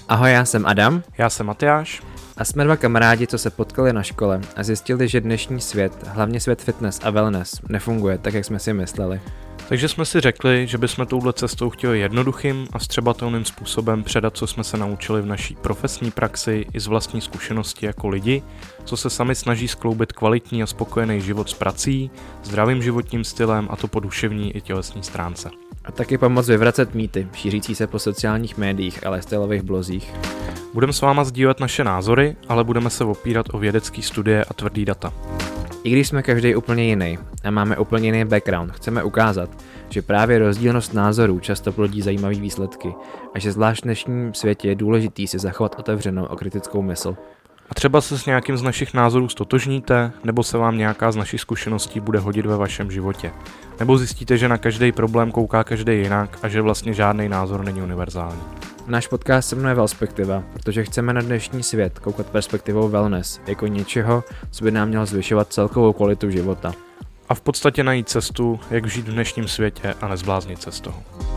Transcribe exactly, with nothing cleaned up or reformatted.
Ahoj, já jsem Adam. Já jsem Matyáš. A jsme dva kamarádi, co se potkali na škole a zjistili, že dnešní svět, hlavně svět fitness a wellness, nefunguje tak, jak jsme si mysleli. Takže jsme si řekli, že bychom touhle cestou chtěli jednoduchým a vstřebatelným způsobem předat, co jsme se naučili v naší profesní praxi i z vlastní zkušenosti jako lidi, co se sami snaží skloubit kvalitní a spokojený život s prací, zdravým životním stylem, a to po duševní i tělesní stránce. A taky pomoct vyvracet mýty, šířící se po sociálních médiích a lifestyleových blozích. Budeme s váma sdílet naše názory, ale budeme se opírat o vědecké studie a tvrdý data. I když jsme každý úplně jiný a máme úplně jiný background, chceme ukázat, že právě rozdílnost názorů často plodí zajímavé výsledky a že zvlášť v dnešním světě je důležitý si zachovat otevřenou a kritickou mysl. A třeba se s nějakým z našich názorů stotožníte, nebo se vám nějaká z našich zkušeností bude hodit ve vašem životě. Nebo zjistíte, že na každý problém kouká každý jinak a že vlastně žádný názor není univerzální. Náš podcast se jmenuje Wellspektiva, protože chceme na dnešní svět koukat perspektivou wellness jako něčeho, co by nám mělo zvyšovat celkovou kvalitu života. A v podstatě najít cestu, jak žít v dnešním světě a nezbláznit se z toho.